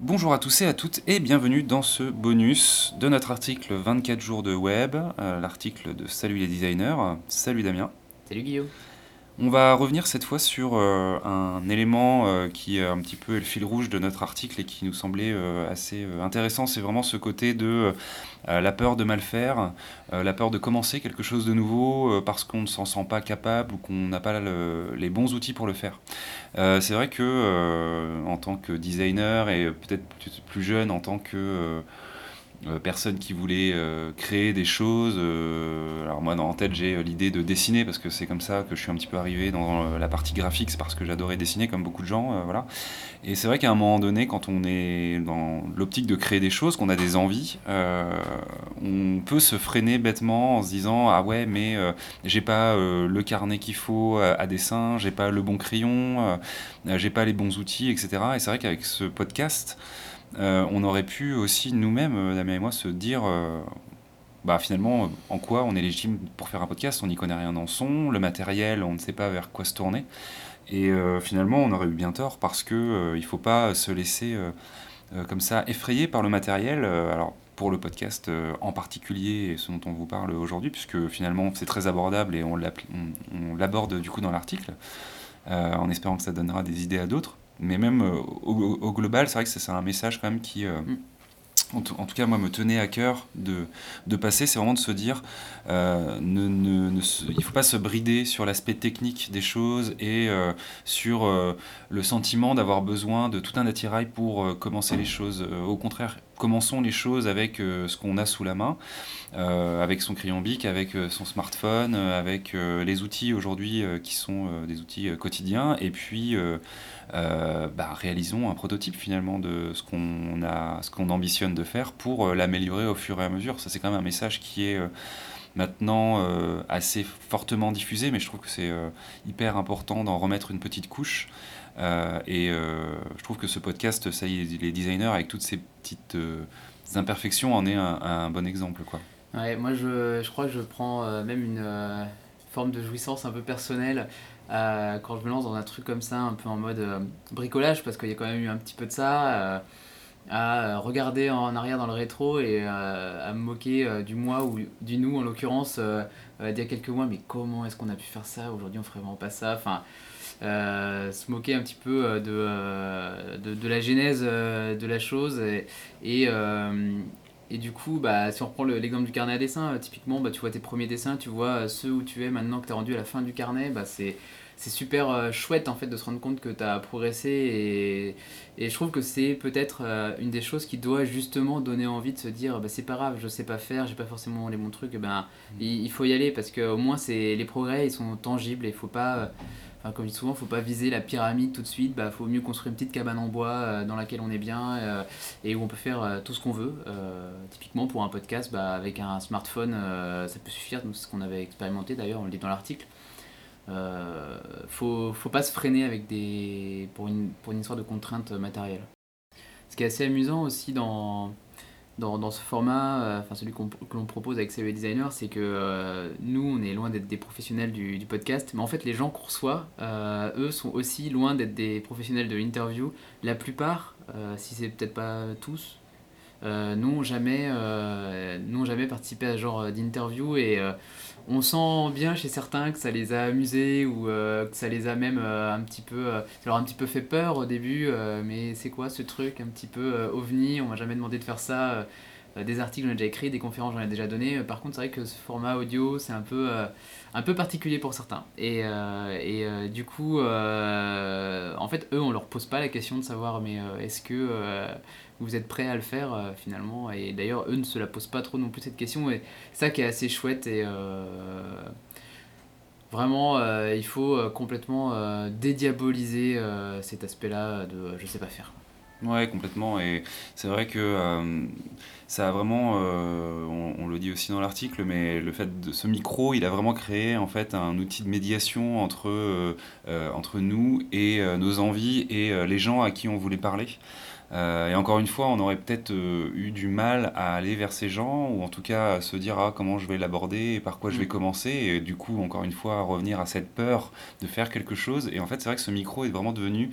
Bonjour à tous et à toutes et bienvenue dans ce bonus de notre article 24 jours de web, l'article de Salut les designers. Salut Damien. Salut Guillaume. On va revenir cette fois sur un élément qui est un petit peu le fil rouge de notre article et qui nous semblait assez intéressant. C'est vraiment ce côté de la peur de mal faire, la peur de commencer quelque chose de nouveau parce qu'on ne s'en sent pas capable ou qu'on n'a pas les bons outils pour le faire. C'est vrai que en tant que designer et peut-être plus jeune en tant que personne qui voulait créer des choses. Alors moi, en tête, j'ai l'idée de dessiner parce que c'est comme ça que je suis un petit peu arrivé dans la partie graphique. C'est parce que j'adorais dessiner, comme beaucoup de gens, voilà. Et c'est vrai qu'à un moment donné, quand on est dans l'optique de créer des choses, qu'on a des envies, on peut se freiner bêtement en se disant ah ouais, mais j'ai pas le carnet qu'il faut à dessin, j'ai pas le bon crayon, j'ai pas les bons outils, etc. Et c'est vrai qu'avec ce podcast, on aurait pu aussi nous-mêmes, Damien et moi, se dire bah, finalement en quoi on est légitime pour faire un podcast. On n'y connaît rien dans son, le matériel, on ne sait pas vers quoi se tourner. Et finalement, on aurait eu bien tort parce que il faut pas se laisser comme ça effrayer par le matériel. Alors pour le podcast en particulier, et ce dont on vous parle aujourd'hui, puisque finalement c'est très abordable et on l'aborde du coup dans l'article, en espérant que ça donnera des idées à d'autres. Mais même au global, c'est vrai que c'est un message quand même qui, Mm. en tout cas, moi, me tenait à cœur de passer, c'est vraiment de se dire, il ne faut pas se brider sur l'aspect technique des choses et sur le sentiment d'avoir besoin de tout un attirail pour commencer les choses. Au contraire, commençons les choses avec ce qu'on a sous la main, avec son crayon bic, avec son smartphone, avec les outils aujourd'hui qui sont des outils quotidiens, et puis bah, réalisons un prototype finalement de ce qu'on ambitionne de faire pour l'améliorer au fur et à mesure. Ça c'est quand même un message qui est maintenant assez fortement diffusé, mais je trouve que c'est hyper important d'en remettre une petite couche. Je trouve que ce podcast, ça y est, les designers, avec toutes ces petites imperfections, en est un bon exemple, quoi. Ouais, moi je crois que je prends même une forme de jouissance un peu personnelle quand je me lance dans un truc comme ça, un peu en mode bricolage, parce qu'il y a quand même eu un petit peu de ça, à regarder en arrière dans le rétro et à me moquer du moi ou du nous en l'occurrence d'il y a quelques mois, mais comment est-ce qu'on a pu faire ça? Aujourd'hui on ferait vraiment pas ça. Enfin, se moquer un petit peu de la genèse de la chose et, euh, et du coup bah, si on reprend l'exemple du carnet à dessin, typiquement bah, tu vois tes premiers dessins, tu vois ceux où tu es maintenant que tu es rendu à la fin du carnet, bah, c'est super chouette en fait de se rendre compte que tu as progressé et je trouve que c'est peut-être une des choses qui doit justement donner envie de se dire bah, c'est pas grave, je sais pas faire, j'ai pas forcément les bons trucs, et ben il faut y aller parce que au moins c'est les progrès ils sont tangibles et il faut pas enfin, comme je dis souvent, faut pas viser la pyramide tout de suite. Bah, faut mieux construire une petite cabane en bois dans laquelle on est bien et où on peut faire tout ce qu'on veut. Typiquement pour un podcast, bah, avec un smartphone, ça peut suffire. C'est ce qu'on avait expérimenté d'ailleurs, on le dit dans l'article. Faut pas se freiner avec pour une histoire de contraintes matérielles. Ce qui est assez amusant aussi dans ce format, enfin celui que l'on propose avec CE Designer, c'est que nous, on est loin d'être des professionnels du podcast, mais en fait, les gens qu'on reçoit, eux, sont aussi loin d'être des professionnels de l'interview. La plupart, si c'est peut-être pas tous, n'ont jamais participé à ce genre d'interview et on sent bien chez certains que ça les a amusés ou que ça les a même ça leur a un petit peu fait peur au début, mais c'est quoi ce truc un petit peu ovni, on m'a jamais demandé de faire ça, des articles j'en ai déjà écrit, des conférences j'en ai déjà donné, par contre c'est vrai que ce format audio c'est un peu particulier pour certains du coup en fait eux on leur pose pas la question de savoir mais est-ce que vous êtes prêt à le faire finalement et d'ailleurs eux ne se la posent pas trop non plus cette question et ça qui est assez chouette et vraiment il faut complètement dédiaboliser cet aspect là de je sais pas faire. Ouais, complètement. Et c'est vrai que ça a vraiment, on le dit aussi dans l'article, mais le fait de ce micro, il a vraiment créé en fait un outil de médiation entre nous et nos envies et les gens à qui on voulait parler. Et encore une fois, on aurait peut-être eu du mal à aller vers ces gens, ou en tout cas à se dire ah, comment je vais l'aborder et par quoi je vais Mm. commencer, et du coup, encore une fois, à revenir à cette peur de faire quelque chose. Et en fait, c'est vrai que ce micro est vraiment devenu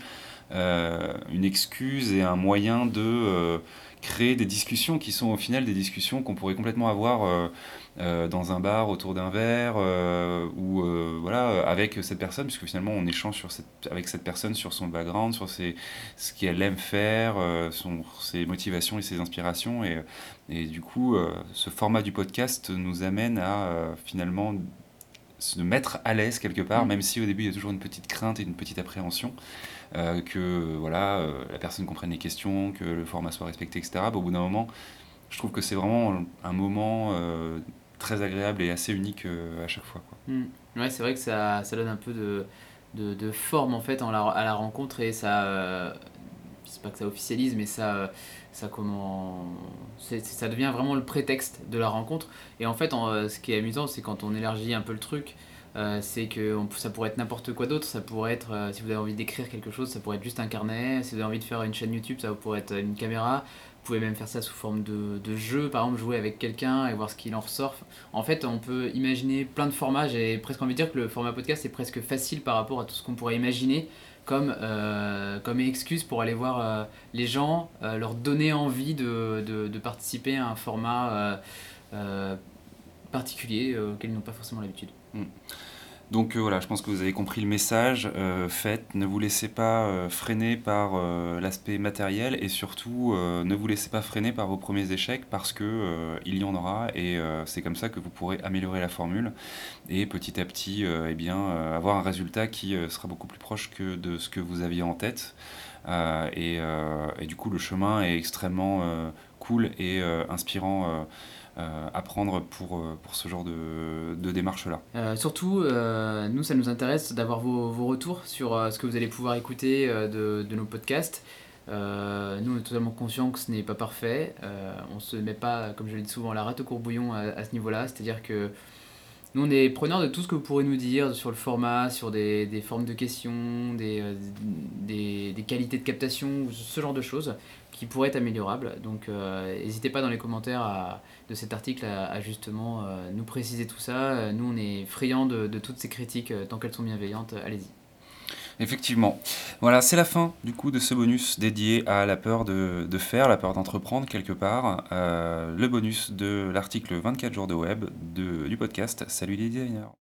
une excuse et un moyen de créer des discussions qui sont au final des discussions qu'on pourrait complètement avoir dans un bar autour d'un verre ou voilà avec cette personne, puisque finalement on échange avec cette personne sur son background, sur ce qu'elle aime faire, ses motivations et ses inspirations. Et du coup, ce format du podcast nous amène à finalement se mettre à l'aise quelque part, Mm. même si au début il y a toujours une petite crainte et une petite appréhension, que voilà, la personne comprenne les questions, que le format soit respecté, etc. Mais au bout d'un moment, je trouve que c'est vraiment un moment très agréable et assez unique à chaque fois, quoi. Mm. Ouais, c'est vrai que ça donne un peu de forme en fait à la rencontre et ça, c'est pas que ça officialise, mais ça comment, ça devient vraiment le prétexte de la rencontre. Et en fait, ce qui est amusant, c'est quand on élargit un peu le truc, c'est que ça pourrait être n'importe quoi d'autre. Ça pourrait être, si vous avez envie d'écrire quelque chose, ça pourrait être juste un carnet. Si vous avez envie de faire une chaîne YouTube, ça pourrait être une caméra. Vous pouvez même faire ça sous forme de jeu, par exemple jouer avec quelqu'un et voir ce qu'il en ressort. En fait, on peut imaginer plein de formats. J'ai presque envie de dire que le format podcast est presque facile par rapport à tout ce qu'on pourrait imaginer comme excuse pour aller voir les gens, leur donner envie de participer à un format euh, particulier auquel ils n'ont pas forcément l'habitude. Mm. Donc voilà, je pense que vous avez compris le message. Faites, ne vous laissez pas freiner par l'aspect matériel et surtout ne vous laissez pas freiner par vos premiers échecs parce que il y en aura et c'est comme ça que vous pourrez améliorer la formule et petit à petit eh bien, avoir un résultat qui sera beaucoup plus proche que de ce que vous aviez en tête. Et du coup, le chemin est extrêmement cool et inspirant à prendre pour ce genre de démarche-là. Surtout, nous, ça nous intéresse d'avoir vos retours sur ce que vous allez pouvoir écouter de nos podcasts. Nous, on est totalement conscients que ce n'est pas parfait. On ne se met pas, comme je le dis souvent, la rate au courbouillon à ce niveau-là. C'est-à-dire que nous, on est preneurs de tout ce que vous pourrez nous dire sur le format, sur des formes de questions, des qualités de captation, ce genre de choses qui pourraient être améliorables. Donc, n'hésitez pas dans les commentaires de cet article à justement nous préciser tout ça. Nous, on est friands de toutes ces critiques, tant qu'elles sont bienveillantes. Allez-y. Effectivement. Voilà, c'est la fin du coup de ce bonus dédié à la peur de faire, la peur d'entreprendre quelque part. Le bonus de l'article 24 jours de web du podcast. Salut les designers.